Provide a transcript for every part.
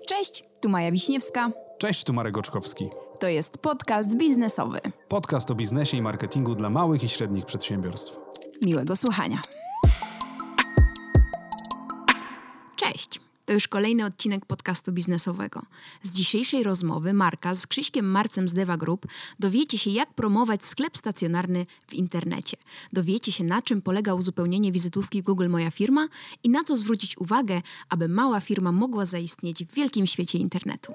Cześć, tu Maja Wiśniewska. Cześć, tu Marek Oczkowski. To jest podcast biznesowy. Podcast o biznesie i marketingu dla małych i średnich przedsiębiorstw. Miłego słuchania. Cześć, to już kolejny odcinek podcastu biznesowego. Z dzisiejszej rozmowy Marka z Krzyśkiem Marcem z Deva Group dowiecie się, jak promować sklep stacjonarny w internecie. Dowiecie się, na czym polega uzupełnienie wizytówki Google Moja Firma i na co zwrócić uwagę, aby mała firma mogła zaistnieć w wielkim świecie internetu.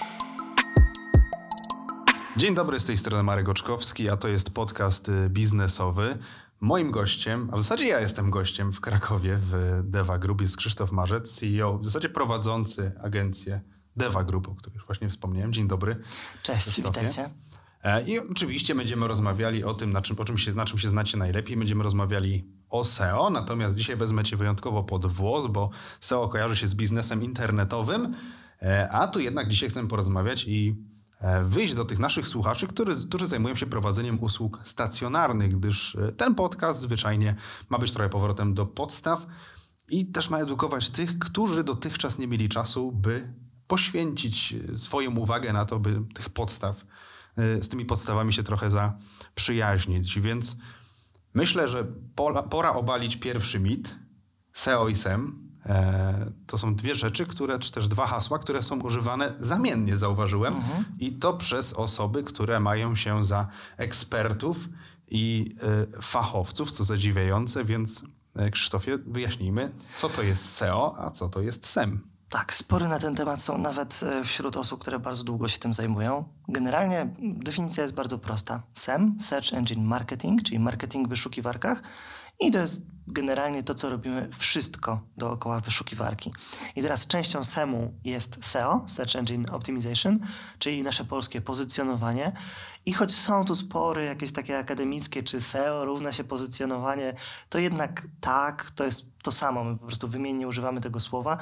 Dzień dobry, z tej strony Marek Oczkowski, a to jest podcast biznesowy. Moim gościem, a w zasadzie ja jestem gościem w Krakowie w Deva Group, jest Krzysztof Marzec, CEO, w zasadzie prowadzący agencję Deva Group, o której już właśnie wspomniałem. Dzień dobry. Cześć, witajcie. I oczywiście będziemy rozmawiali o tym, na czym się znacie najlepiej. Będziemy rozmawiali o SEO, natomiast dzisiaj wezmę cię wyjątkowo pod włos, bo SEO kojarzy się z biznesem internetowym, a tu jednak dzisiaj chcemy porozmawiać i wyjść do tych naszych słuchaczy, którzy zajmują się prowadzeniem usług stacjonarnych, gdyż ten podcast zwyczajnie ma być trochę powrotem do podstaw i też ma edukować tych, którzy dotychczas nie mieli czasu, by poświęcić swoją uwagę na to, by tych podstaw, z tymi podstawami się trochę zaprzyjaźnić. Więc myślę, że pora obalić pierwszy mit. SEO i SEM. To są dwie rzeczy, czy też dwa hasła, które są używane zamiennie, zauważyłem. I to przez osoby, które mają się za ekspertów i fachowców, co zadziwiające. Więc Krzysztofie, wyjaśnijmy, co to jest SEO, a co to jest SEM. Tak, spory na ten temat są nawet wśród osób, które bardzo długo się tym zajmują. Generalnie definicja jest bardzo prosta. SEM, Search Engine Marketing, czyli marketing w wyszukiwarkach. I to jest generalnie to, co robimy wszystko dookoła wyszukiwarki. I teraz częścią SEM-u jest SEO, Search Engine Optimization, czyli nasze polskie pozycjonowanie. I choć są tu spory jakieś takie akademickie, czy SEO równa się pozycjonowanie, to jednak tak, to jest to samo. My po prostu wymiennie używamy tego słowa.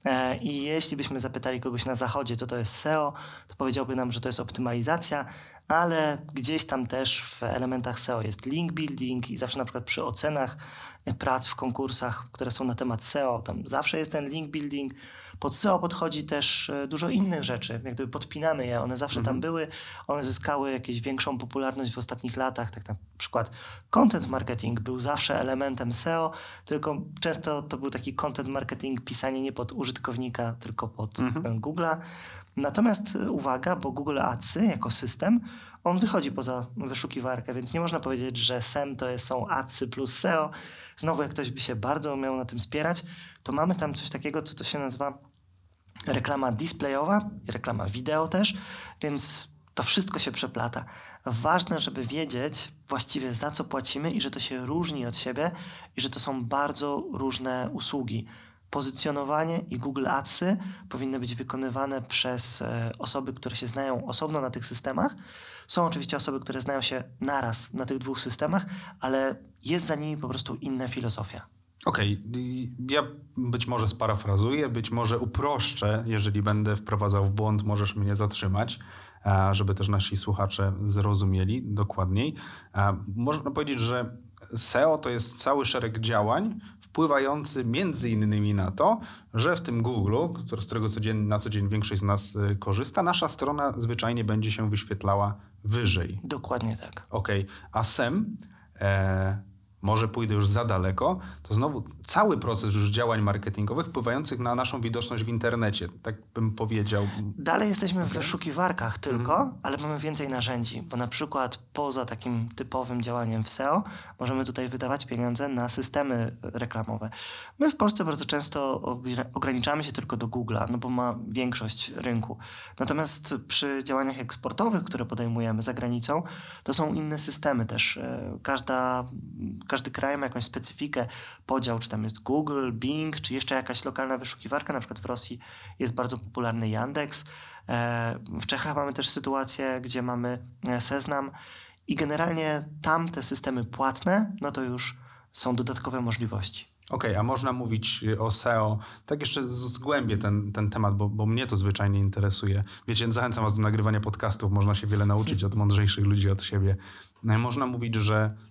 I jeśli byśmy zapytali kogoś na zachodzie, co to jest SEO, to powiedziałby nam, że to jest optymalizacja, ale gdzieś tam też w elementach SEO jest link building i zawsze na przykład przy ocenach prac w konkursach, które są na temat SEO, tam zawsze jest ten link building. Pod SEO podchodzi też dużo innych rzeczy, jak gdyby podpinamy je, one zawsze tam były, one zyskały jakąś większą popularność w ostatnich latach, tak na przykład content marketing był zawsze elementem SEO, tylko często to był taki content marketing, pisanie nie pod użytkownika, tylko pod Google'a. Natomiast uwaga, bo Google Adsy jako system, on wychodzi poza wyszukiwarkę, więc nie można powiedzieć, że SEM to są Adsy plus SEO. Znowu, jak ktoś by się bardzo miał na tym spierać, to mamy tam coś takiego, co to się nazywa reklama displayowa, reklama wideo też, więc to wszystko się przeplata. Ważne, żeby wiedzieć właściwie za co płacimy i że to się różni od siebie i że to są bardzo różne usługi. Pozycjonowanie i Google Adsy powinny być wykonywane przez osoby, które się znają osobno na tych systemach. Są oczywiście osoby, które znają się naraz na tych dwóch systemach, ale jest za nimi po prostu inna filozofia. Okej, ja być może sparafrazuję, być może uproszczę, jeżeli będę wprowadzał w błąd, możesz mnie zatrzymać, żeby też nasi słuchacze zrozumieli dokładniej. Można powiedzieć, że SEO to jest cały szereg działań wpływający między innymi na to, że w tym Google, z którego na co dzień większość z nas korzysta, nasza strona zwyczajnie będzie się wyświetlała wyżej. Dokładnie tak. Okej, a SEM, może pójdę już za daleko, to znowu cały proces już działań marketingowych wpływających na naszą widoczność w internecie, tak bym powiedział. Dalej jesteśmy w wyszukiwarkach tylko, ale mamy więcej narzędzi, bo na przykład poza takim typowym działaniem w SEO możemy tutaj wydawać pieniądze na systemy reklamowe. My w Polsce bardzo często ograniczamy się tylko do Google'a, no bo ma większość rynku. Natomiast przy działaniach eksportowych, które podejmujemy za granicą, to są inne systemy też. Każdy kraj ma jakąś specyfikę, podział, czy tam jest Google, Bing, czy jeszcze jakaś lokalna wyszukiwarka. Na przykład w Rosji jest bardzo popularny Yandex. W Czechach mamy też sytuację, gdzie mamy Seznam i generalnie tam te systemy płatne, no to już są dodatkowe możliwości. Okej, a można mówić o SEO, tak jeszcze zgłębię ten temat, bo mnie to zwyczajnie interesuje. Wiecie, zachęcam was do nagrywania podcastów, można się wiele nauczyć od mądrzejszych ludzi od siebie. Można mówić, że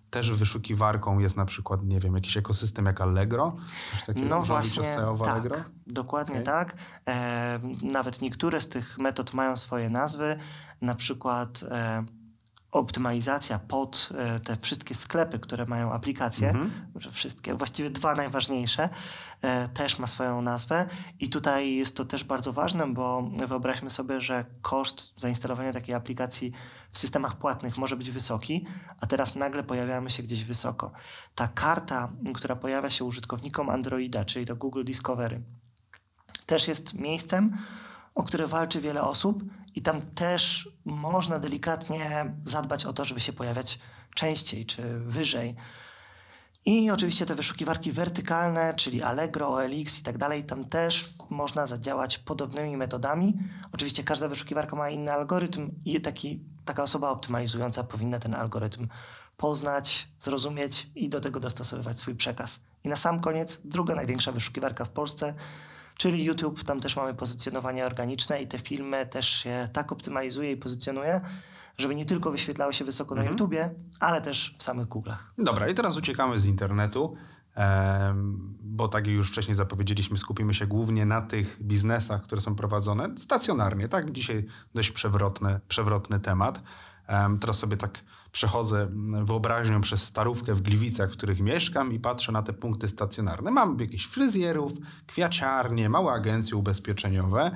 też wyszukiwarką jest na przykład, nie wiem, jakiś ekosystem jak Allegro? Coś takiego No można liczyć właśnie, SEO w Allegro? tak, dokładnie Okay. tak. Nawet niektóre z tych metod mają swoje nazwy, na przykład optymalizacja pod te wszystkie sklepy, które mają aplikacje, że wszystkie, właściwie 2 najważniejsze, też ma swoją nazwę i tutaj jest to też bardzo ważne, bo wyobraźmy sobie, że koszt zainstalowania takiej aplikacji w systemach płatnych może być wysoki, a teraz nagle pojawiamy się gdzieś wysoko. Ta karta, która pojawia się użytkownikom Androida, czyli to Google Discovery, też jest miejscem, o które walczy wiele osób i tam też można delikatnie zadbać o to, żeby się pojawiać częściej czy wyżej. I oczywiście te wyszukiwarki wertykalne, czyli Allegro, OLX i tak dalej, tam też można zadziałać podobnymi metodami. Oczywiście każda wyszukiwarka ma inny algorytm i taka osoba optymalizująca powinna ten algorytm poznać, zrozumieć i do tego dostosowywać swój przekaz. I na sam koniec druga największa wyszukiwarka w Polsce, czyli YouTube, tam też mamy pozycjonowanie organiczne i te filmy też się tak optymalizuje i pozycjonuje, żeby nie tylko wyświetlały się wysoko na YouTubie, ale też w samych Google'ach. Dobra, i teraz uciekamy z internetu, bo tak jak już wcześniej zapowiedzieliśmy, skupimy się głównie na tych biznesach, które są prowadzone stacjonarnie. Tak, dzisiaj dość przewrotny temat. Teraz sobie tak przechodzę wyobraźnią przez Starówkę w Gliwicach, w których mieszkam i patrzę na te punkty stacjonarne. Mam jakichś fryzjerów, kwiaciarnie, małe agencje ubezpieczeniowe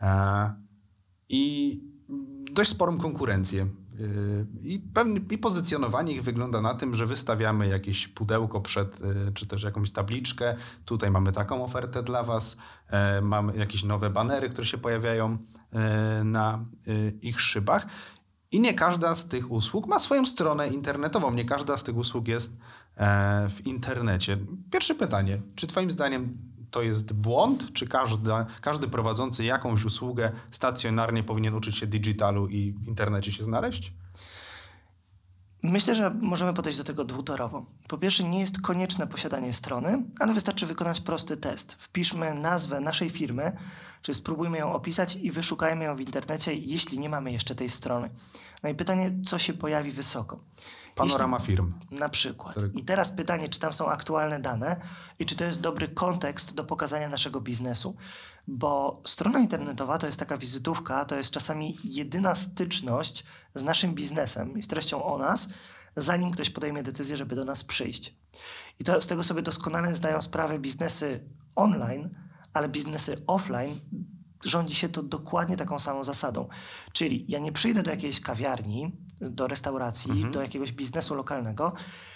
i dość sporą konkurencję. I pozycjonowanie ich wygląda na tym, że wystawiamy jakieś pudełko czy też jakąś tabliczkę. Tutaj mamy taką ofertę dla was. Mamy jakieś nowe banery, które się pojawiają na ich szybach. I nie każda z tych usług ma swoją stronę internetową. Nie każda z tych usług jest w internecie. Pierwsze pytanie. Czy twoim zdaniem to jest błąd? Czy każdy prowadzący jakąś usługę stacjonarnie powinien uczyć się digitalu i w internecie się znaleźć? Myślę, że możemy podejść do tego dwutorowo. Po pierwsze, nie jest konieczne posiadanie strony, ale wystarczy wykonać prosty test. Wpiszmy nazwę naszej firmy, czy spróbujmy ją opisać i wyszukajmy ją w internecie, jeśli nie mamy jeszcze tej strony. No i pytanie, co się pojawi wysoko? Panorama firm. Na przykład. I teraz pytanie, czy tam są aktualne dane i czy to jest dobry kontekst do pokazania naszego biznesu. Bo strona internetowa to jest taka wizytówka, to jest czasami jedyna styczność z naszym biznesem i z treścią o nas, zanim ktoś podejmie decyzję, żeby do nas przyjść. I to z tego sobie doskonale zdają sprawę biznesy online, ale biznesy offline rządzi się to dokładnie taką samą zasadą. Czyli ja nie przyjdę do jakiejś kawiarni, do restauracji, do jakiegoś biznesu lokalnego,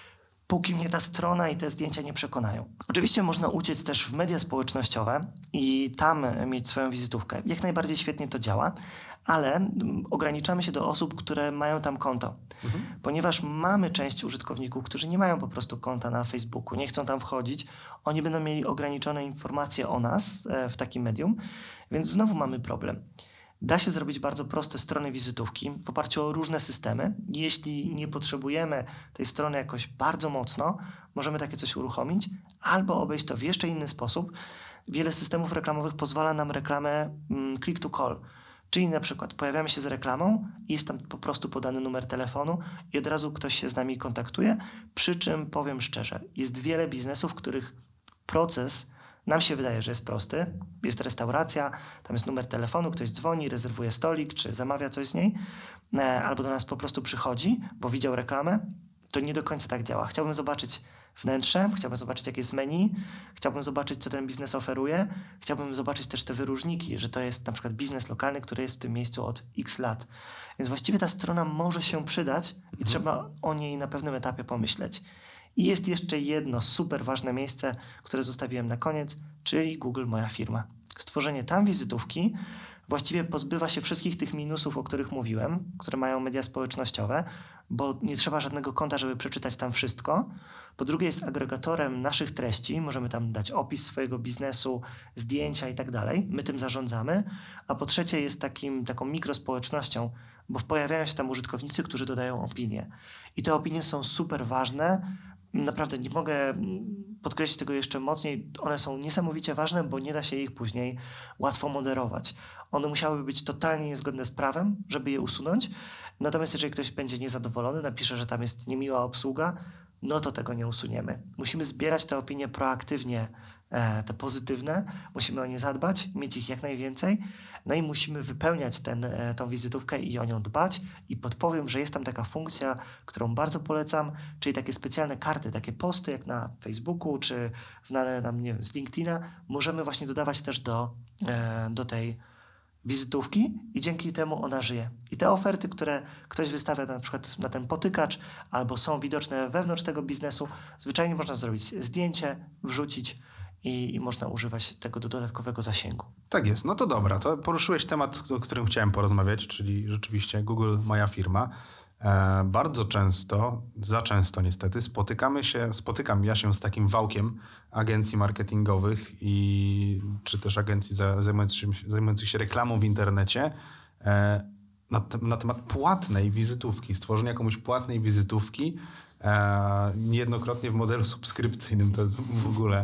póki mnie ta strona i te zdjęcia nie przekonają. Oczywiście można uciec też w media społecznościowe i tam mieć swoją wizytówkę. Jak najbardziej świetnie to działa, ale ograniczamy się do osób, które mają tam konto. Ponieważ mamy część użytkowników, którzy nie mają po prostu konta na Facebooku, nie chcą tam wchodzić, oni będą mieli ograniczone informacje o nas w takim medium, więc znowu mamy problem. Da się zrobić bardzo proste strony wizytówki w oparciu o różne systemy. Jeśli nie potrzebujemy tej strony jakoś bardzo mocno, możemy takie coś uruchomić albo obejść to w jeszcze inny sposób. Wiele systemów reklamowych pozwala nam reklamę click to call. Czyli na przykład pojawiamy się z reklamą i jest tam po prostu podany numer telefonu i od razu ktoś się z nami kontaktuje. Przy czym powiem szczerze, jest wiele biznesów, w których proces nam się wydaje, że jest prosty. Jest restauracja, tam jest numer telefonu, ktoś dzwoni, rezerwuje stolik, czy zamawia coś z niej, albo do nas po prostu przychodzi, bo widział reklamę. To nie do końca tak działa. Chciałbym zobaczyć wnętrze, chciałbym zobaczyć, jakie jest menu, chciałbym zobaczyć, co ten biznes oferuje, chciałbym zobaczyć też te wyróżniki, że to jest na przykład biznes lokalny, który jest w tym miejscu od x lat. Więc właściwie ta strona może się przydać i trzeba o niej na pewnym etapie pomyśleć. I jest jeszcze jedno super ważne miejsce, które zostawiłem na koniec, czyli Google Moja Firma. Stworzenie tam wizytówki właściwie pozbywa się wszystkich tych minusów, o których mówiłem, które mają media społecznościowe, bo nie trzeba żadnego konta, żeby przeczytać tam wszystko. Po drugie jest agregatorem naszych treści, możemy tam dać opis swojego biznesu, zdjęcia i tak dalej, my tym zarządzamy, a po trzecie jest taką mikrospołecznością, bo pojawiają się tam użytkownicy, którzy dodają opinie. I te opinie są super ważne. Naprawdę nie mogę podkreślić tego jeszcze mocniej. One są niesamowicie ważne, bo nie da się ich później łatwo moderować. One musiałyby być totalnie niezgodne z prawem, żeby je usunąć. Natomiast jeżeli ktoś będzie niezadowolony, napisze, że tam jest niemiła obsługa, no to tego nie usuniemy. Musimy zbierać te opinie proaktywnie, te pozytywne, musimy o nie zadbać, mieć ich jak najwięcej, no i musimy wypełniać tą wizytówkę i o nią dbać i podpowiem, że jest tam taka funkcja, którą bardzo polecam, czyli takie specjalne karty, takie posty jak na Facebooku, czy znane nam, nie wiem, z LinkedIna, możemy właśnie dodawać też do tej wizytówki i dzięki temu ona żyje. I te oferty, które ktoś wystawia na przykład na ten potykacz albo są widoczne wewnątrz tego biznesu, zwyczajnie można zrobić zdjęcie, wrzucić i można używać tego do dodatkowego zasięgu. Tak jest. No to dobra, to poruszyłeś temat, o którym chciałem porozmawiać, czyli rzeczywiście Google, moja firma. Bardzo często, za często niestety, spotykam ja się z takim wałkiem agencji marketingowych czy też agencji zajmujących się reklamą w internecie na temat płatnej wizytówki, stworzenia komuś płatnej wizytówki, niejednokrotnie w modelu subskrypcyjnym. To jest w ogóle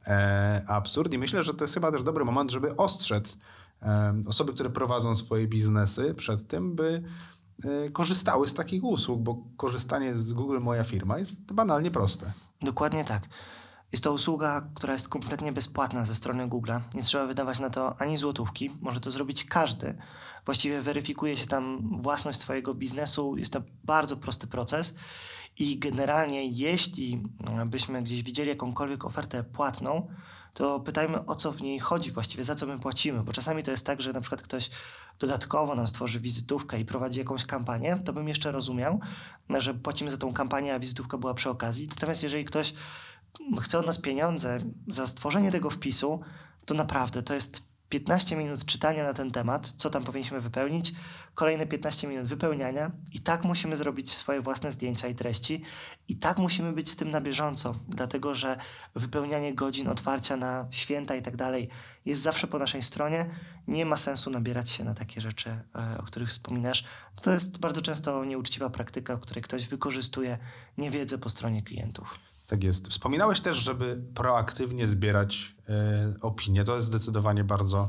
absurd i myślę, że to jest chyba też dobry moment, żeby ostrzec osoby, które prowadzą swoje biznesy przed tym, by korzystały z takich usług, bo korzystanie z Google Moja Firma jest banalnie proste. Dokładnie tak. Jest to usługa, która jest kompletnie bezpłatna ze strony Google'a. Nie trzeba wydawać na to ani złotówki. Może to zrobić każdy. Właściwie weryfikuje się tam własność swojego biznesu. Jest to bardzo prosty proces. I generalnie, jeśli byśmy gdzieś widzieli jakąkolwiek ofertę płatną, to pytajmy, o co w niej chodzi właściwie, za co my płacimy. Bo czasami to jest tak, że na przykład ktoś dodatkowo nam stworzy wizytówkę i prowadzi jakąś kampanię, to bym jeszcze rozumiał, że płacimy za tą kampanię, a wizytówka była przy okazji. Natomiast jeżeli ktoś chce od nas pieniądze za stworzenie tego wpisu, to naprawdę to jest 15 minut czytania na ten temat, co tam powinniśmy wypełnić, kolejne 15 minut wypełniania i tak musimy zrobić swoje własne zdjęcia i treści i tak musimy być z tym na bieżąco, dlatego że wypełnianie godzin otwarcia na święta i tak dalej jest zawsze po naszej stronie. Nie ma sensu nabierać się na takie rzeczy, o których wspominasz. To jest bardzo często nieuczciwa praktyka, w której ktoś wykorzystuje niewiedzę po stronie klientów. Tak jest. Wspominałeś też, żeby proaktywnie zbierać opinie. To jest zdecydowanie bardzo,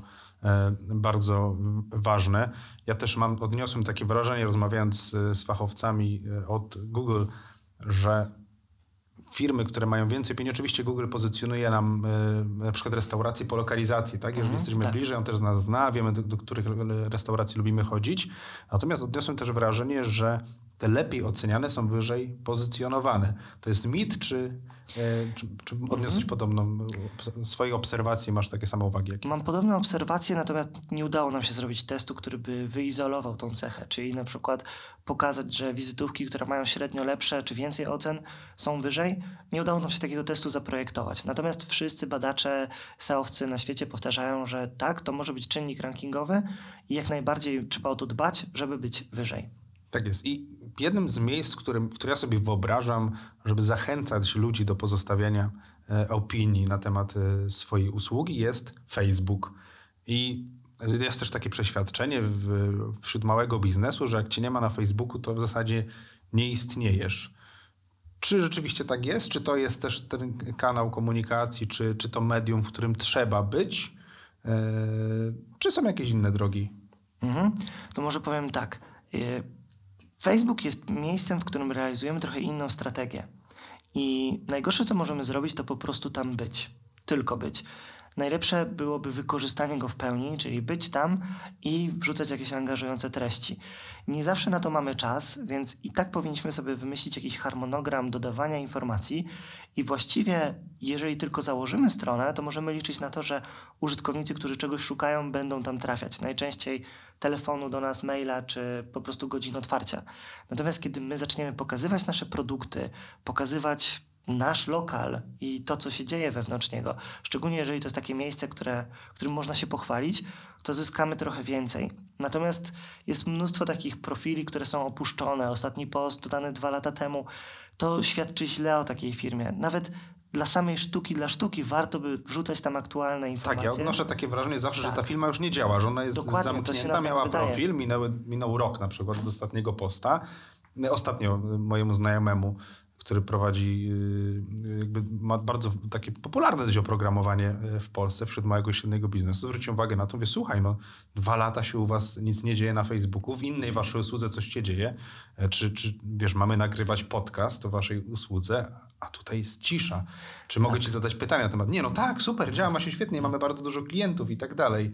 bardzo ważne. Ja też odniosłem takie wrażenie, rozmawiając z fachowcami od Google, że firmy, które mają więcej opinii, oczywiście Google pozycjonuje nam na przykład restauracje po lokalizacji, tak? Jeżeli jesteśmy bliżej, on też nas zna, wiemy, do których restauracji lubimy chodzić. Natomiast odniosłem też wrażenie, że te lepiej oceniane są wyżej pozycjonowane. To jest mit, czy odniosłeś podobną swoje obserwacje, masz takie same uwagi? Jak Mam podobne obserwacje, natomiast nie udało nam się zrobić testu, który by wyizolował tą cechę, czyli na przykład pokazać, że wizytówki, które mają średnio lepsze czy więcej ocen są wyżej. Nie udało nam się takiego testu zaprojektować. Natomiast wszyscy badacze, SEO-wcy na świecie powtarzają, że tak, to może być czynnik rankingowy i jak najbardziej trzeba o to dbać, żeby być wyżej. Tak jest. I jednym z miejsc, które ja sobie wyobrażam, żeby zachęcać ludzi do pozostawiania opinii na temat swojej usługi, jest Facebook. I jest też takie przeświadczenie wśród małego biznesu, że jak cię nie ma na Facebooku, to w zasadzie nie istniejesz. Czy rzeczywiście tak jest? Czy to jest też ten kanał komunikacji, czy to medium, w którym trzeba być? Czy są jakieś inne drogi? To może powiem tak. Facebook jest miejscem, w którym realizujemy trochę inną strategię. I najgorsze, co możemy zrobić, to po prostu tam być. Tylko być. Najlepsze byłoby wykorzystanie go w pełni, czyli być tam i wrzucać jakieś angażujące treści. Nie zawsze na to mamy czas, więc i tak powinniśmy sobie wymyślić jakiś harmonogram dodawania informacji i właściwie, jeżeli tylko założymy stronę, to możemy liczyć na to, że użytkownicy, którzy czegoś szukają, będą tam trafiać. Najczęściej telefonu do nas, maila, czy po prostu godzin otwarcia. Natomiast kiedy my zaczniemy pokazywać nasze produkty, pokazywać nasz lokal i to, co się dzieje wewnątrz niego, szczególnie jeżeli to jest takie miejsce, którym można się pochwalić, to zyskamy trochę więcej. Natomiast jest mnóstwo takich profili, które są opuszczone. Ostatni post dodany 2 lata temu. To świadczy źle o takiej firmie. Nawet dla samej sztuki, dla sztuki warto by wrzucać tam aktualne informacje. Tak, ja odnoszę takie wrażenie zawsze, że ta firma już nie działa, że ona jest zamknięta, miała profil, minął rok na przykład od ostatniego posta. Ostatnio mojemu znajomemu, który prowadzi, jakby ma bardzo takie popularne dość oprogramowanie w Polsce wśród małego i średniego biznesu. Zwróciłem uwagę na to, mówię, słuchaj, 2 lata się u was nic nie dzieje na Facebooku, w innej waszej usłudze coś się dzieje, czy wiesz, mamy nagrywać podcast o waszej usłudze, a tutaj jest cisza. Czy mogę ci zadać pytania na temat? Nie, tak, super, działa, ma się świetnie, mamy bardzo dużo klientów i tak dalej.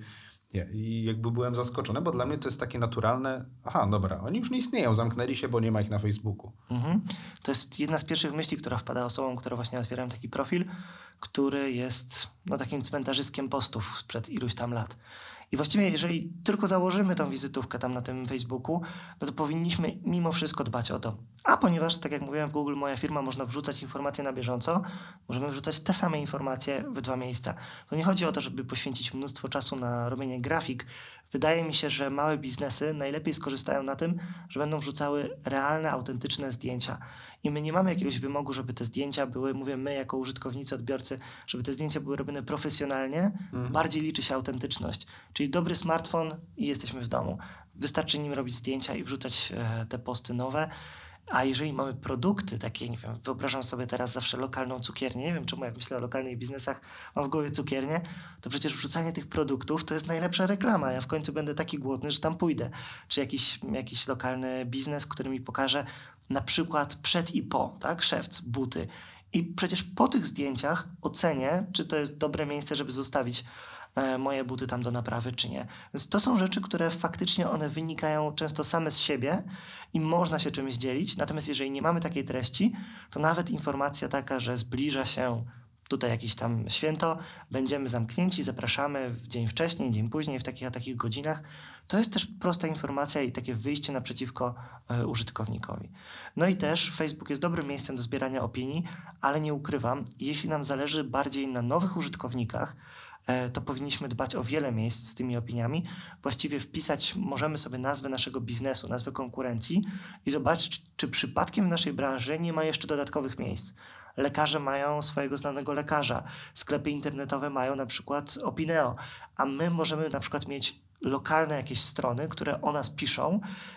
I jakby byłem zaskoczony, bo dla mnie to jest takie naturalne, dobra, oni już nie istnieją, zamknęli się, bo nie ma ich na Facebooku. To jest jedna z pierwszych myśli, która wpada osobom, które właśnie otwierają taki profil, który jest takim cmentarzyskiem postów sprzed iluś tam lat. I właściwie jeżeli tylko założymy tą wizytówkę tam na tym Facebooku, to powinniśmy mimo wszystko dbać o to. A ponieważ, tak jak mówiłem, w Google Moja Firma można wrzucać informacje na bieżąco, możemy wrzucać te same informacje w 2 miejsca. To nie chodzi o to, żeby poświęcić mnóstwo czasu na robienie grafik. Wydaje mi się, że małe biznesy najlepiej skorzystają na tym, że będą wrzucały realne, autentyczne zdjęcia. I my nie mamy jakiegoś wymogu, żeby te zdjęcia były, mówię my jako użytkownicy, odbiorcy, żeby te zdjęcia były robione profesjonalnie. Bardziej liczy się autentyczność. Czyli dobry smartfon i jesteśmy w domu. Wystarczy nim robić zdjęcia i wrzucać te posty nowe. A jeżeli mamy produkty takie, nie wiem, wyobrażam sobie teraz zawsze lokalną cukiernię, nie wiem czemu jak myślę o lokalnych biznesach, mam w głowie cukiernię, to przecież wrzucanie tych produktów to jest najlepsza reklama. Ja w końcu będę taki głodny, że tam pójdę. Czy jakiś lokalny biznes, który mi pokaże na przykład przed i po, tak? Szewc, buty. I przecież po tych zdjęciach ocenię, czy to jest dobre miejsce, żeby zostawić moje buty tam do naprawy, czy nie. Więc to są rzeczy, które faktycznie one wynikają często same z siebie i można się czymś dzielić. Natomiast jeżeli nie mamy takiej treści, to nawet informacja taka, że zbliża się tutaj jakieś tam święto, będziemy zamknięci, zapraszamy w dzień wcześniej, dzień później, w takich godzinach. To jest też prosta informacja i takie wyjście naprzeciwko użytkownikowi. No i też Facebook jest dobrym miejscem do zbierania opinii, ale nie ukrywam, jeśli nam zależy bardziej na nowych użytkownikach, to powinniśmy dbać o wiele miejsc z tymi opiniami. Właściwie wpisać możemy sobie nazwę naszego biznesu, nazwę konkurencji i zobaczyć, czy przypadkiem w naszej branży nie ma jeszcze dodatkowych miejsc. Lekarze mają swojego znanego lekarza, sklepy internetowe mają na przykład Opineo, a my możemy na przykład mieć lokalne jakieś strony, które o nas piszą,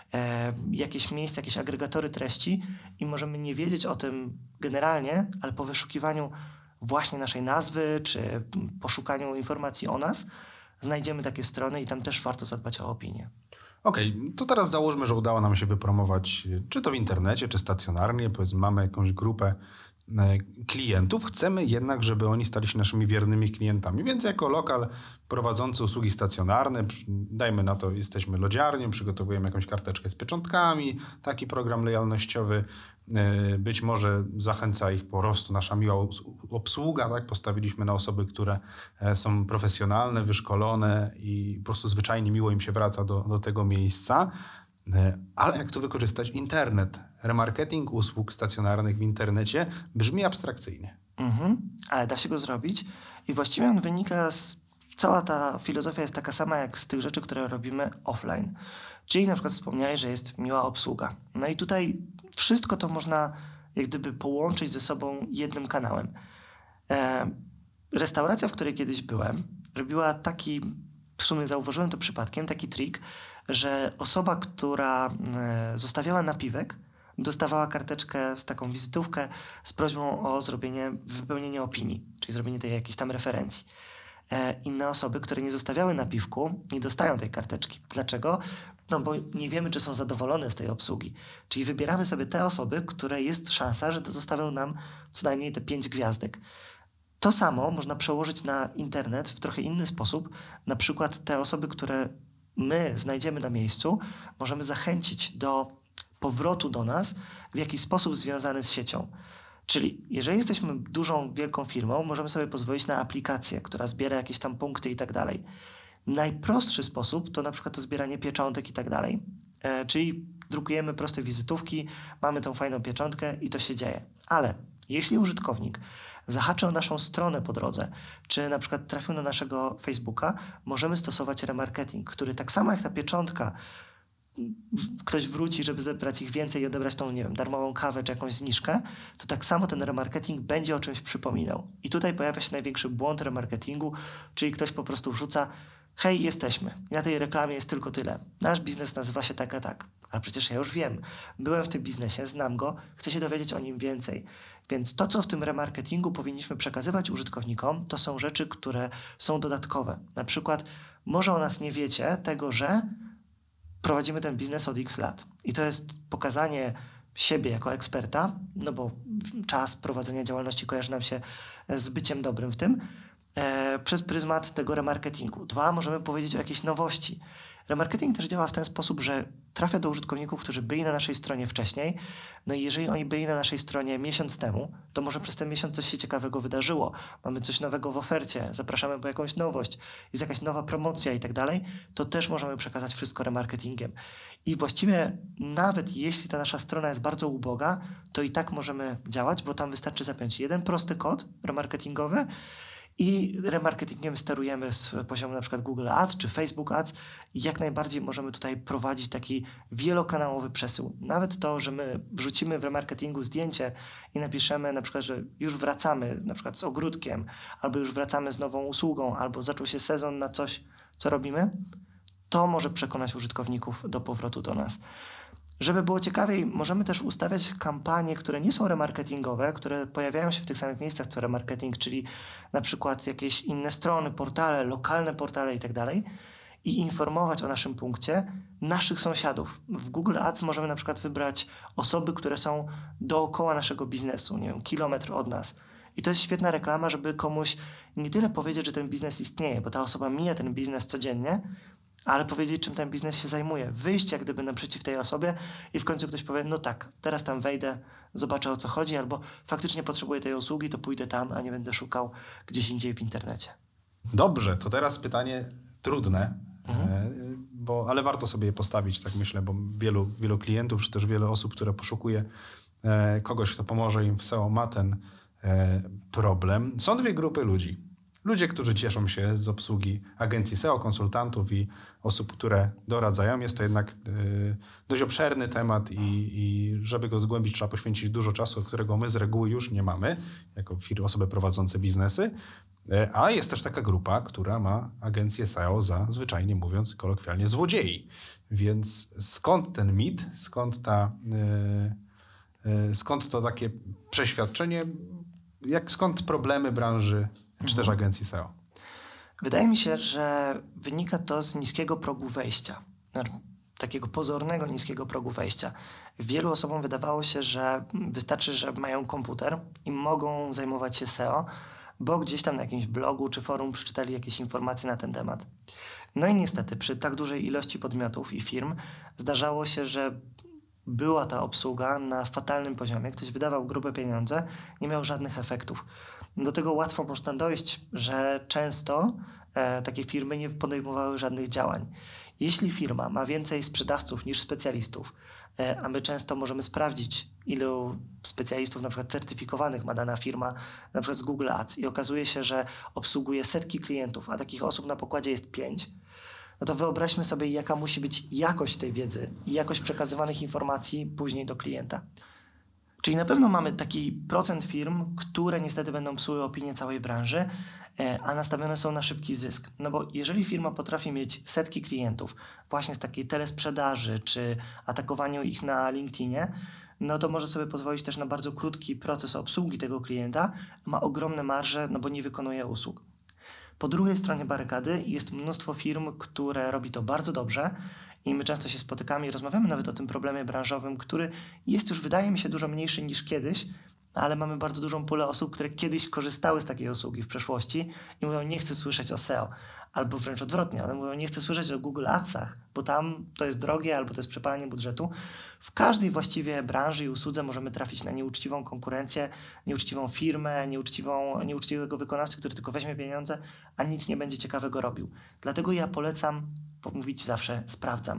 jakieś miejsca, jakieś agregatory treści i możemy nie wiedzieć o tym generalnie, ale po wyszukiwaniu właśnie naszej nazwy, czy poszukaniu informacji o nas, znajdziemy takie strony i tam też warto zadbać o opinię. Okej, to teraz załóżmy, że udało nam się wypromować, czy to w internecie, czy stacjonarnie, powiedzmy mamy jakąś grupę klientów, chcemy jednak, żeby oni stali się naszymi wiernymi klientami, więc jako lokal prowadzący usługi stacjonarne, dajmy na to, jesteśmy lodziarnią, przygotowujemy jakąś karteczkę z pieczątkami, taki program lojalnościowy, być może zachęca ich po prostu nasza miła obsługa, tak? Postawiliśmy na osoby, które są profesjonalne, wyszkolone i po prostu zwyczajnie miło im się wraca do tego miejsca. Ale jak tu wykorzystać internet? Remarketing usług stacjonarnych w internecie brzmi abstrakcyjnie. Ale da się go zrobić i właściwie on wynika cała ta filozofia jest taka sama jak z tych rzeczy, które robimy offline. Czyli na przykład wspomniałeś, że jest miła obsługa. No i tutaj wszystko to można jak gdyby połączyć ze sobą jednym kanałem. Restauracja, w której kiedyś byłem, robiła taki, w sumie zauważyłem to przypadkiem, taki trik, że osoba, która zostawiała napiwek, dostawała karteczkę z taką wizytówkę z prośbą o wypełnienie opinii, czyli zrobienie tej jakiejś tam referencji. Inne osoby, które nie zostawiały napiwku, nie dostają tej karteczki. Dlaczego? No bo nie wiemy, czy są zadowolone z tej obsługi. Czyli wybieramy sobie te osoby, które jest szansa, że to zostawią nam co najmniej te 5 gwiazdek. To samo można przełożyć na internet w trochę inny sposób. Na przykład te osoby, które my znajdziemy na miejscu, możemy zachęcić do powrotu do nas w jakiś sposób związany z siecią. Czyli jeżeli jesteśmy dużą, wielką firmą, możemy sobie pozwolić na aplikację, która zbiera jakieś tam punkty i tak dalej. Najprostszy sposób to na przykład to zbieranie pieczątek i tak dalej. Czyli drukujemy proste wizytówki, mamy tą fajną pieczątkę i to się dzieje. Ale jeśli użytkownik zahaczy o naszą stronę po drodze, czy na przykład trafił na naszego Facebooka, możemy stosować remarketing, który tak samo jak ta pieczątka, ktoś wróci, żeby zebrać ich więcej i odebrać tą, nie wiem, darmową kawę czy jakąś zniżkę, to tak samo ten remarketing będzie o czymś przypominał. I tutaj pojawia się największy błąd remarketingu, czyli ktoś po prostu wrzuca: hej, jesteśmy. Na tej reklamie jest tylko tyle. Nasz biznes nazywa się tak a tak. Ale przecież ja już wiem, byłem w tym biznesie, znam go, chcę się dowiedzieć o nim więcej. Więc to, co w tym remarketingu powinniśmy przekazywać użytkownikom, to są rzeczy, które są dodatkowe. Na przykład może o nas nie wiecie tego, że prowadzimy ten biznes od X lat. I to jest pokazanie siebie jako eksperta, no bo czas prowadzenia działalności kojarzy nam się z byciem dobrym w tym, przez pryzmat tego remarketingu. 2, możemy powiedzieć o jakiejś nowości. Remarketing też działa w ten sposób, że trafia do użytkowników, którzy byli na naszej stronie wcześniej. No i jeżeli oni byli na naszej stronie miesiąc temu, to może przez ten miesiąc coś się ciekawego wydarzyło. Mamy coś nowego w ofercie, zapraszamy po jakąś nowość, jest jakaś nowa promocja i tak dalej, to też możemy przekazać wszystko remarketingiem. I właściwie nawet jeśli ta nasza strona jest bardzo uboga, to i tak możemy działać, bo tam wystarczy zapiąć jeden prosty kod remarketingowy, i remarketingiem sterujemy z poziomu na przykład Google Ads czy Facebook Ads i jak najbardziej możemy tutaj prowadzić taki wielokanałowy przesył. Nawet to, że my wrzucimy w remarketingu zdjęcie i napiszemy na przykład, że już wracamy na przykład z ogródkiem, albo już wracamy z nową usługą, albo zaczął się sezon na coś, co robimy, to może przekonać użytkowników do powrotu do nas. Żeby było ciekawiej, możemy też ustawiać kampanie, które nie są remarketingowe, które pojawiają się w tych samych miejscach co remarketing, czyli na przykład jakieś inne strony, portale, lokalne portale i tak dalej, i informować o naszym punkcie naszych sąsiadów. W Google Ads możemy na przykład wybrać osoby, które są dookoła naszego biznesu, nie wiem, kilometr od nas. I to jest świetna reklama, żeby komuś nie tyle powiedzieć, że ten biznes istnieje, bo ta osoba mija ten biznes codziennie, ale powiedzieć, czym ten biznes się zajmuje. Wyjść jak gdyby naprzeciw tej osobie i w końcu ktoś powie, no tak, teraz tam wejdę, zobaczę o co chodzi, albo faktycznie potrzebuję tej usługi, to pójdę tam, a nie będę szukał gdzieś indziej w internecie. Dobrze, to teraz pytanie trudne, ale warto sobie je postawić, tak myślę, bo wielu klientów, czy też wiele osób, które poszukuje kogoś, kto pomoże im w SEO, ma ten problem. Są dwie grupy ludzi. Ludzie, którzy cieszą się z obsługi agencji SEO, konsultantów i osób, które doradzają. Jest to jednak dość obszerny temat i żeby go zgłębić, trzeba poświęcić dużo czasu, którego my z reguły już nie mamy, jako osoby prowadzące biznesy. A jest też taka grupa, która ma agencję SEO za, zwyczajnie mówiąc, kolokwialnie, złodziei. Więc skąd ten mit, skąd to takie przeświadczenie, skąd problemy branży czy też agencji SEO? Wydaje mi się, że wynika to z niskiego progu wejścia. Takiego pozornego niskiego progu wejścia. Wielu osobom wydawało się, że wystarczy, że mają komputer i mogą zajmować się SEO, bo gdzieś tam na jakimś blogu czy forum przeczytali jakieś informacje na ten temat. No i niestety przy tak dużej ilości podmiotów i firm zdarzało się, że była ta obsługa na fatalnym poziomie. Ktoś wydawał grube pieniądze, nie miał żadnych efektów. Do tego łatwo można dojść, że często takie firmy nie podejmowały żadnych działań. Jeśli firma ma więcej sprzedawców niż specjalistów, a my często możemy sprawdzić, ilu specjalistów na przykład certyfikowanych ma dana firma, na przykład z Google Ads i okazuje się, że obsługuje setki klientów, a takich osób na pokładzie jest 5, no to wyobraźmy sobie, jaka musi być jakość tej wiedzy i jakość przekazywanych informacji później do klienta. Czyli na pewno mamy taki procent firm, które niestety będą psuły opinię całej branży, a nastawione są na szybki zysk. No bo jeżeli firma potrafi mieć setki klientów właśnie z takiej telesprzedaży czy atakowaniu ich na LinkedInie, no to może sobie pozwolić też na bardzo krótki proces obsługi tego klienta, ma ogromne marże, no bo nie wykonuje usług. Po drugiej stronie barykady jest mnóstwo firm, które robi to bardzo dobrze i my często się spotykamy i rozmawiamy nawet o tym problemie branżowym, który jest już, wydaje mi się, dużo mniejszy niż kiedyś, ale mamy bardzo dużą pulę osób, które kiedyś korzystały z takiej usługi w przeszłości i mówią, nie chcę słyszeć o SEO. Albo wręcz odwrotnie, one mówią, nie chcę słyszeć o Google Adsach, bo tam to jest drogie albo to jest przepalanie budżetu. W każdej właściwie branży i usłudze możemy trafić na nieuczciwą konkurencję, nieuczciwą firmę, nieuczciwego wykonawcę, który tylko weźmie pieniądze, a nic nie będzie ciekawego robił. Dlatego ja polecam mówić zawsze sprawdzam,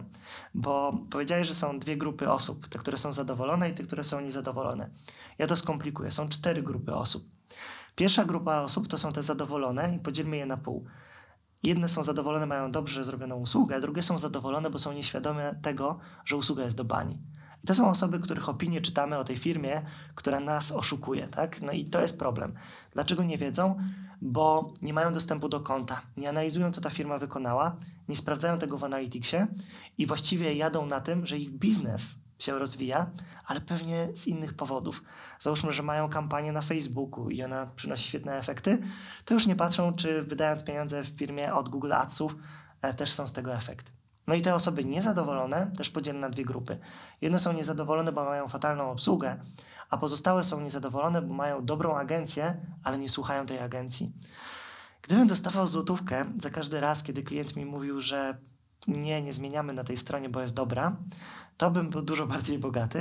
bo powiedziałeś, że są dwie grupy osób, te, które są zadowolone i te, które są niezadowolone. Ja to skomplikuję, są 4 grupy osób. Pierwsza grupa osób to są te zadowolone i podzielmy je na pół. Jedne są zadowolone, mają dobrze zrobioną usługę, a drugie są zadowolone, bo są nieświadome tego, że usługa jest do bani. I to są osoby, których opinie czytamy o tej firmie, która nas oszukuje, tak? No i to jest problem. Dlaczego nie wiedzą? Bo nie mają dostępu do konta, nie analizują, co ta firma wykonała, nie sprawdzają tego w Analyticsie i właściwie jadą na tym, że ich biznes się rozwija, ale pewnie z innych powodów. Załóżmy, że mają kampanię na Facebooku i ona przynosi świetne efekty, to już nie patrzą, czy wydając pieniądze w firmie od Google Adsów też są z tego efekty. No i te osoby niezadowolone też podzielę na dwie grupy. Jedne są niezadowolone, bo mają fatalną obsługę, a pozostałe są niezadowolone, bo mają dobrą agencję, ale nie słuchają tej agencji. Gdybym dostawał złotówkę za każdy raz, kiedy klient mi mówił, że nie zmieniamy na tej stronie, bo jest dobra, to bym był dużo bardziej bogaty.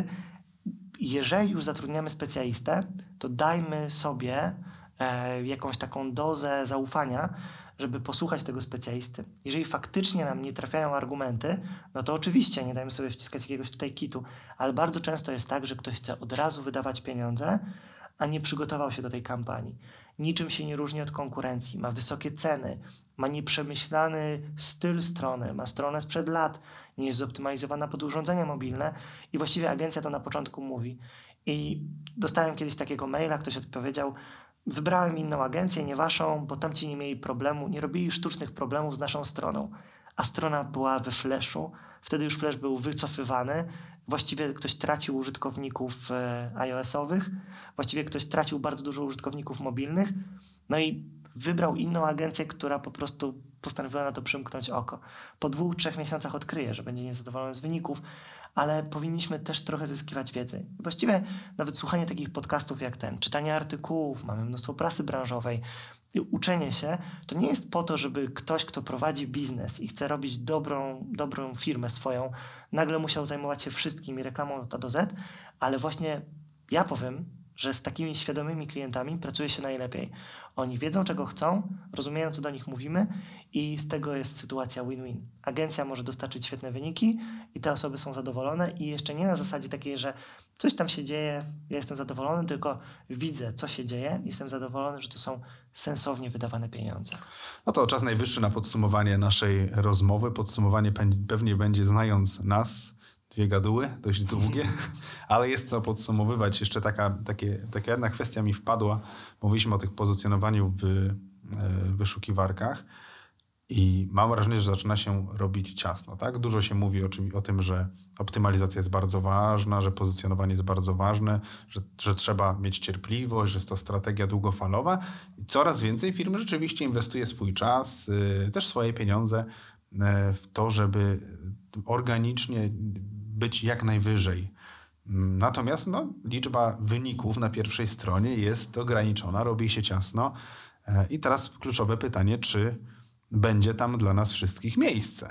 Jeżeli już zatrudniamy specjalistę, to dajmy sobie jakąś taką dozę zaufania, żeby posłuchać tego specjalisty. Jeżeli faktycznie nam nie trafiają argumenty, no to oczywiście nie dajmy sobie wciskać jakiegoś tutaj kitu, ale bardzo często jest tak, że ktoś chce od razu wydawać pieniądze, a nie przygotował się do tej kampanii. Niczym się nie różni od konkurencji, ma wysokie ceny, ma nieprzemyślany styl strony, ma stronę sprzed lat, nie jest zoptymalizowana pod urządzenia mobilne i właściwie agencja to na początku mówi. I dostałem kiedyś takiego maila, ktoś odpowiedział: wybrałem inną agencję, nie waszą, bo tamci nie mieli problemu, nie robili sztucznych problemów z naszą stroną. A strona była we Flashu, wtedy już Flash był wycofywany, właściwie ktoś tracił użytkowników iOS-owych, właściwie ktoś tracił bardzo dużo użytkowników mobilnych, no i wybrał inną agencję, która po prostu postanowiła na to przymknąć oko. Po 2-3 miesiącach odkryje, że będzie niezadowolony z wyników, ale powinniśmy też trochę zyskiwać wiedzy. Właściwie nawet słuchanie takich podcastów jak ten, czytanie artykułów, mamy mnóstwo prasy branżowej, uczenie się, to nie jest po to, żeby ktoś, kto prowadzi biznes i chce robić dobrą firmę swoją, nagle musiał zajmować się wszystkim i reklamą od A do Z, ale właśnie ja powiem, że z takimi świadomymi klientami pracuje się najlepiej. Oni wiedzą, czego chcą, rozumieją, co do nich mówimy i z tego jest sytuacja win-win. Agencja może dostarczyć świetne wyniki i te osoby są zadowolone i jeszcze nie na zasadzie takiej, że coś tam się dzieje, ja jestem zadowolony, tylko widzę, co się dzieje, jestem zadowolony, że to są sensownie wydawane pieniądze. No to czas najwyższy na podsumowanie naszej rozmowy. Podsumowanie pewnie będzie, znając nas, 2 gaduły, dość długie, ale jest co podsumowywać. Jeszcze taka jedna kwestia mi wpadła. Mówiliśmy o tych pozycjonowaniu w wyszukiwarkach i mam wrażenie, że zaczyna się robić ciasno. Tak? Dużo się mówi o tym, że optymalizacja jest bardzo ważna, że pozycjonowanie jest bardzo ważne, że trzeba mieć cierpliwość, że jest to strategia długofalowa. I coraz więcej firm rzeczywiście inwestuje swój czas, też swoje pieniądze w to, żeby organicznie być jak najwyżej. Natomiast liczba wyników na pierwszej stronie jest ograniczona, robi się ciasno. I teraz kluczowe pytanie, czy będzie tam dla nas wszystkich miejsce?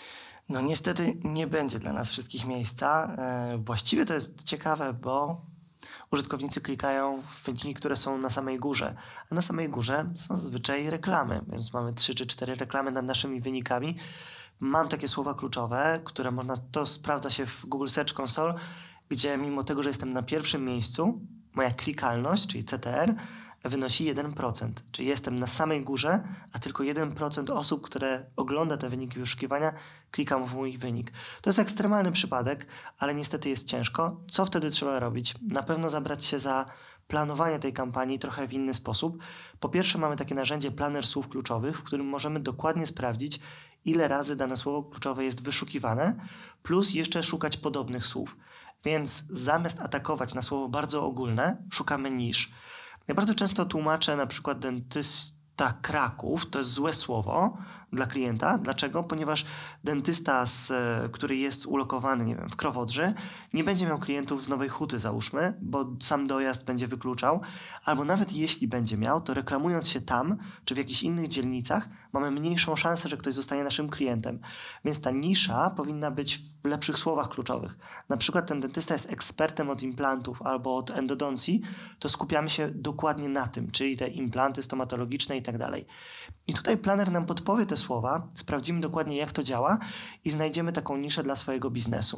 No niestety nie będzie dla nas wszystkich miejsca. Właściwie to jest ciekawe, bo użytkownicy klikają w wyniki, które są na samej górze. A na samej górze są zazwyczaj reklamy, więc mamy 3 czy 4 reklamy nad naszymi wynikami. Mam takie słowa kluczowe, które to sprawdza się w Google Search Console, gdzie mimo tego, że jestem na pierwszym miejscu, moja klikalność, czyli CTR, wynosi 1%. Czyli jestem na samej górze, a tylko 1% osób, które ogląda te wyniki wyszukiwania, klika w mój wynik. To jest ekstremalny przypadek, ale niestety jest ciężko. Co wtedy trzeba robić? Na pewno zabrać się za planowanie tej kampanii trochę w inny sposób. Po pierwsze mamy takie narzędzie planer słów kluczowych, w którym możemy dokładnie sprawdzić, ile razy dane słowo kluczowe jest wyszukiwane, plus jeszcze szukać podobnych słów. Więc zamiast atakować na słowo bardzo ogólne, szukamy nisz. Ja bardzo często tłumaczę na przykład dentysta Kraków, to jest złe słowo dla klienta. Dlaczego? Ponieważ dentysta, który jest ulokowany, nie wiem, w Krowodrzy, nie będzie miał klientów z Nowej Huty, załóżmy, bo sam dojazd będzie wykluczał, albo nawet jeśli będzie miał, to reklamując się tam, czy w jakichś innych dzielnicach, mamy mniejszą szansę, że ktoś zostanie naszym klientem. Więc ta nisza powinna być w lepszych słowach kluczowych. Na przykład ten dentysta jest ekspertem od implantów albo od endodoncji, to skupiamy się dokładnie na tym, czyli te implanty stomatologiczne i tak dalej. I tutaj planer nam podpowie te słowa, sprawdzimy dokładnie, jak to działa i znajdziemy taką niszę dla swojego biznesu.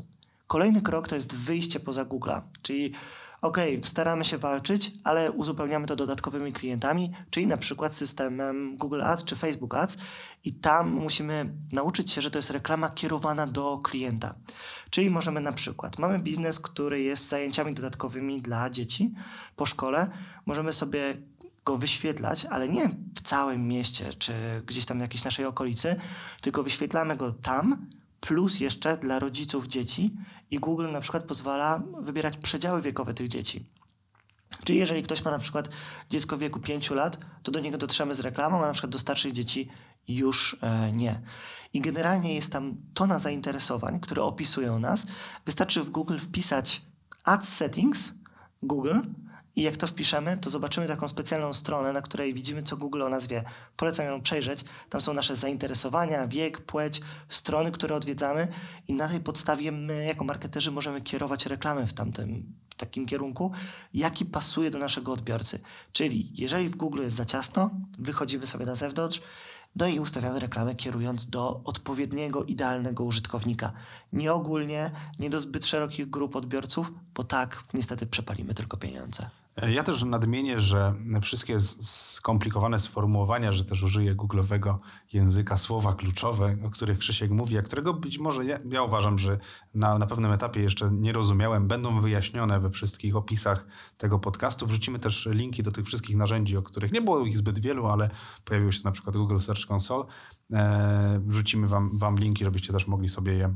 Kolejny krok to jest wyjście poza Google'a, czyli staramy się walczyć, ale uzupełniamy to dodatkowymi klientami, czyli na przykład systemem Google Ads czy Facebook Ads i tam musimy nauczyć się, że to jest reklama kierowana do klienta. Czyli możemy na przykład, mamy biznes, który jest zajęciami dodatkowymi dla dzieci po szkole, możemy sobie go wyświetlać, ale nie w całym mieście czy gdzieś tam w jakiejś naszej okolicy, tylko wyświetlamy go tam, plus jeszcze dla rodziców dzieci i Google na przykład pozwala wybierać przedziały wiekowe tych dzieci. Czyli jeżeli ktoś ma na przykład dziecko w wieku 5 lat, to do niego dotrzemy z reklamą, a na przykład do starszych dzieci już nie. I generalnie jest tam tona zainteresowań, które opisują nas. Wystarczy w Google wpisać Ads Settings Google i jak to wpiszemy, to zobaczymy taką specjalną stronę, na której widzimy, co Google o nas wie. Polecam ją przejrzeć. Tam są nasze zainteresowania, wiek, płeć, strony, które odwiedzamy i na tej podstawie my jako marketerzy możemy kierować reklamy w takim kierunku, jaki pasuje do naszego odbiorcy. Czyli jeżeli w Google jest za ciasno, wychodzimy sobie na zewnątrz, no i ustawiamy reklamę kierując do odpowiedniego, idealnego użytkownika. Nie ogólnie, nie do zbyt szerokich grup odbiorców, bo tak niestety przepalimy tylko pieniądze. Ja też nadmienię, że wszystkie skomplikowane sformułowania, że też użyję googlowego języka, słowa kluczowe, o których Krzysiek mówi, a którego być może ja uważam, że na pewnym etapie jeszcze nie rozumiałem, będą wyjaśnione we wszystkich opisach tego podcastu. Wrzucimy też linki do tych wszystkich narzędzi, o których nie było ich zbyt wielu, ale pojawił się na przykład Google Search Console. Wrzucimy wam linki, żebyście też mogli sobie je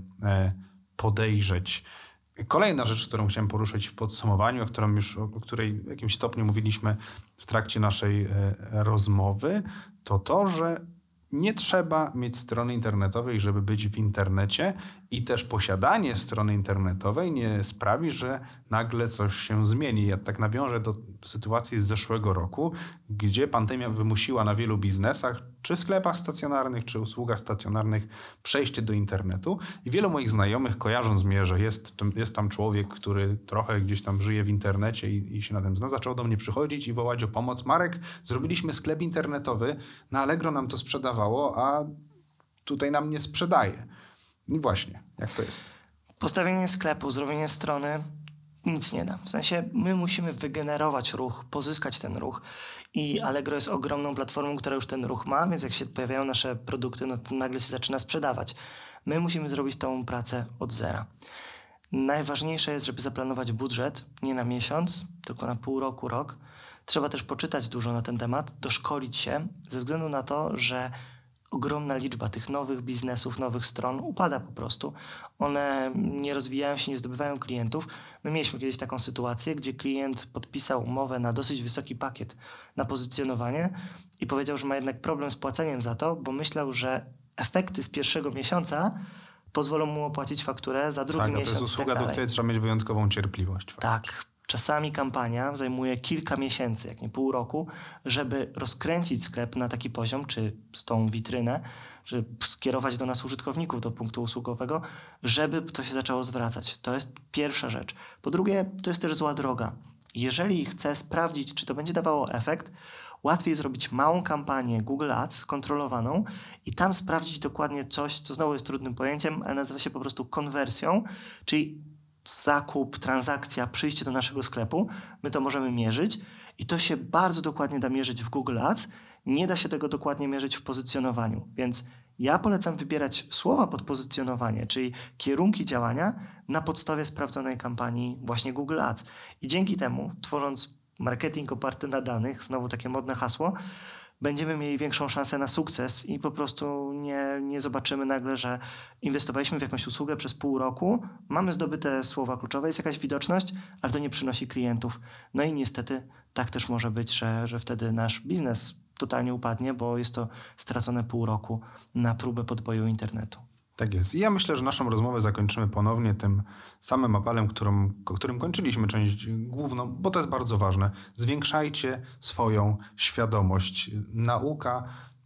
podejrzeć. Kolejna rzecz, którą chciałem poruszyć w podsumowaniu, o której w jakimś stopniu mówiliśmy w trakcie naszej rozmowy, to to, że nie trzeba mieć strony internetowej, żeby być w internecie i też posiadanie strony internetowej nie sprawi, że nagle coś się zmieni. Ja tak nawiążę do sytuacji z zeszłego roku, gdzie pandemia wymusiła na wielu biznesach, czy sklepach stacjonarnych, czy usługach stacjonarnych przejście do internetu i wielu moich znajomych, kojarząc mnie, że jest tam człowiek, który trochę gdzieś tam żyje w internecie i się na tym zna, zaczął do mnie przychodzić i wołać o pomoc. Marek, zrobiliśmy sklep internetowy, na Allegro nam to sprzedawało, a tutaj nam nie sprzedaje. I właśnie, jak to jest? Postawienie sklepu, zrobienie strony nic nie da. W sensie my musimy wygenerować ruch, pozyskać ten ruch i Allegro jest ogromną platformą, która już ten ruch ma, więc jak się pojawiają nasze produkty, no to nagle się zaczyna sprzedawać. My musimy zrobić tą pracę od zera. Najważniejsze jest, żeby zaplanować budżet nie na miesiąc, tylko na pół roku, rok. Trzeba też poczytać dużo na ten temat, doszkolić się, ze względu na to, że ogromna liczba tych nowych biznesów, nowych stron upada po prostu. One nie rozwijają się, nie zdobywają klientów. My mieliśmy kiedyś taką sytuację, gdzie klient podpisał umowę na dosyć wysoki pakiet na pozycjonowanie i powiedział, że ma jednak problem z płaceniem za to, bo myślał, że efekty z pierwszego miesiąca pozwolą mu opłacić fakturę za drugi miesiąc. To jest usługa, do której trzeba mieć wyjątkową cierpliwość. Tak. Czasami kampania zajmuje kilka miesięcy, jak nie pół roku, żeby rozkręcić sklep na taki poziom, czy z tą witrynę, żeby skierować do nas użytkowników do punktu usługowego, żeby to się zaczęło zwracać. To jest pierwsza rzecz. Po drugie, to jest też zła droga. Jeżeli chcę sprawdzić, czy to będzie dawało efekt, łatwiej zrobić małą kampanię Google Ads kontrolowaną i tam sprawdzić dokładnie coś, co znowu jest trudnym pojęciem, ale nazywa się po prostu konwersją, czyli zakup, transakcja, przyjście do naszego sklepu, my to możemy mierzyć i to się bardzo dokładnie da mierzyć w Google Ads. Nie da się tego dokładnie mierzyć w pozycjonowaniu, więc ja polecam wybierać słowa pod pozycjonowanie, czyli kierunki działania na podstawie sprawdzonej kampanii właśnie Google Ads. I dzięki temu, tworząc marketing oparty na danych, znowu takie modne hasło, będziemy mieli większą szansę na sukces i po prostu nie zobaczymy nagle, że inwestowaliśmy w jakąś usługę przez pół roku, mamy zdobyte słowa kluczowe, jest jakaś widoczność, ale to nie przynosi klientów. No i niestety tak też może być, że wtedy nasz biznes totalnie upadnie, bo jest to stracone pół roku na próbę podboju internetu. Tak jest. I ja myślę, że naszą rozmowę zakończymy ponownie tym samym apelem, którym kończyliśmy część główną, bo to jest bardzo ważne. Zwiększajcie swoją świadomość. Nauka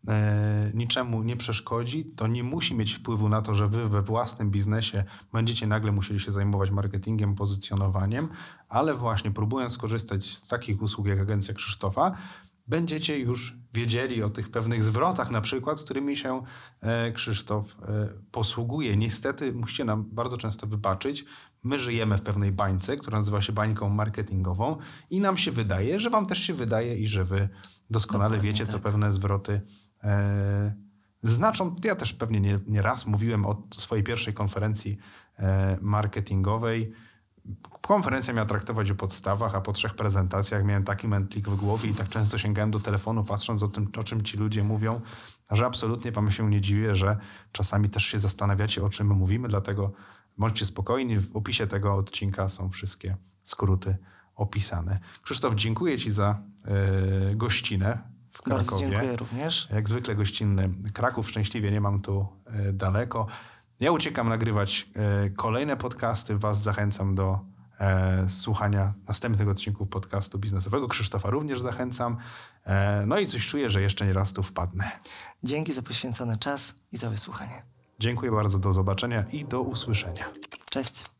niczemu nie przeszkodzi. To nie musi mieć wpływu na to, że wy we własnym biznesie będziecie nagle musieli się zajmować marketingiem, pozycjonowaniem, ale właśnie próbując skorzystać z takich usług jak Agencja Krzysztofa, będziecie już wiedzieli o tych pewnych zwrotach na przykład, którymi się Krzysztof posługuje. Niestety musicie nam bardzo często wybaczyć. My żyjemy w pewnej bańce, która nazywa się bańką marketingową i nam się wydaje, że wam też się wydaje i że wy doskonale Dokładnie wiecie, co tak. pewne zwroty znaczą. Ja też pewnie nie raz mówiłem o swojej pierwszej konferencji marketingowej. Konferencja miała traktować o podstawach, a po 3 prezentacjach miałem taki mętlik w głowie i tak często sięgałem do telefonu, patrząc o czym ci ludzie mówią, że absolutnie wam się nie dziwię, że czasami też się zastanawiacie, o czym my mówimy, dlatego bądźcie spokojni, w opisie tego odcinka są wszystkie skróty opisane. Krzysztof, dziękuję ci za gościnę w Krakowie. Bardzo dziękuję również. Jak zwykle gościnny Kraków, szczęśliwie nie mam tu daleko. Ja uciekam nagrywać kolejne podcasty. Was zachęcam do słuchania następnych odcinków podcastu biznesowego. Krzysztofa również zachęcam. No i coś czuję, że jeszcze nie raz tu wpadnę. Dzięki za poświęcony czas i za wysłuchanie. Dziękuję bardzo, do zobaczenia i do usłyszenia. Cześć.